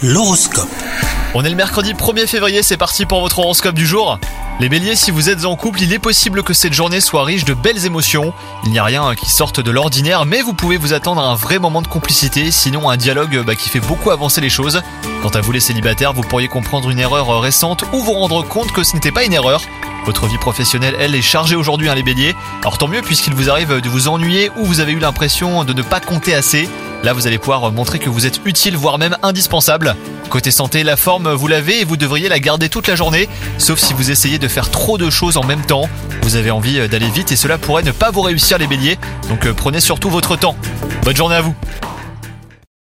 L'horoscope. On est le mercredi 1er février, c'est parti pour votre horoscope du jour. Les béliers, si vous êtes en couple, il est possible que cette journée soit riche de belles émotions. Il n'y a rien qui sorte de l'ordinaire, mais vous pouvez vous attendre à un vrai moment de complicité, sinon un dialogue qui fait beaucoup avancer les choses. Quant à vous les célibataires, vous pourriez comprendre une erreur récente ou vous rendre compte que ce n'était pas une erreur. Votre vie professionnelle, elle, est chargée aujourd'hui, les béliers. Alors tant mieux, puisqu'il vous arrive de vous ennuyer ou vous avez eu l'impression de ne pas compter assez. Là, vous allez pouvoir montrer que vous êtes utile, voire même indispensable. Côté santé, la forme, vous l'avez et vous devriez la garder toute la journée, sauf si vous essayez de faire trop de choses en même temps. Vous avez envie d'aller vite et cela pourrait ne pas vous réussir, les béliers, donc prenez surtout votre temps. Bonne journée à vous.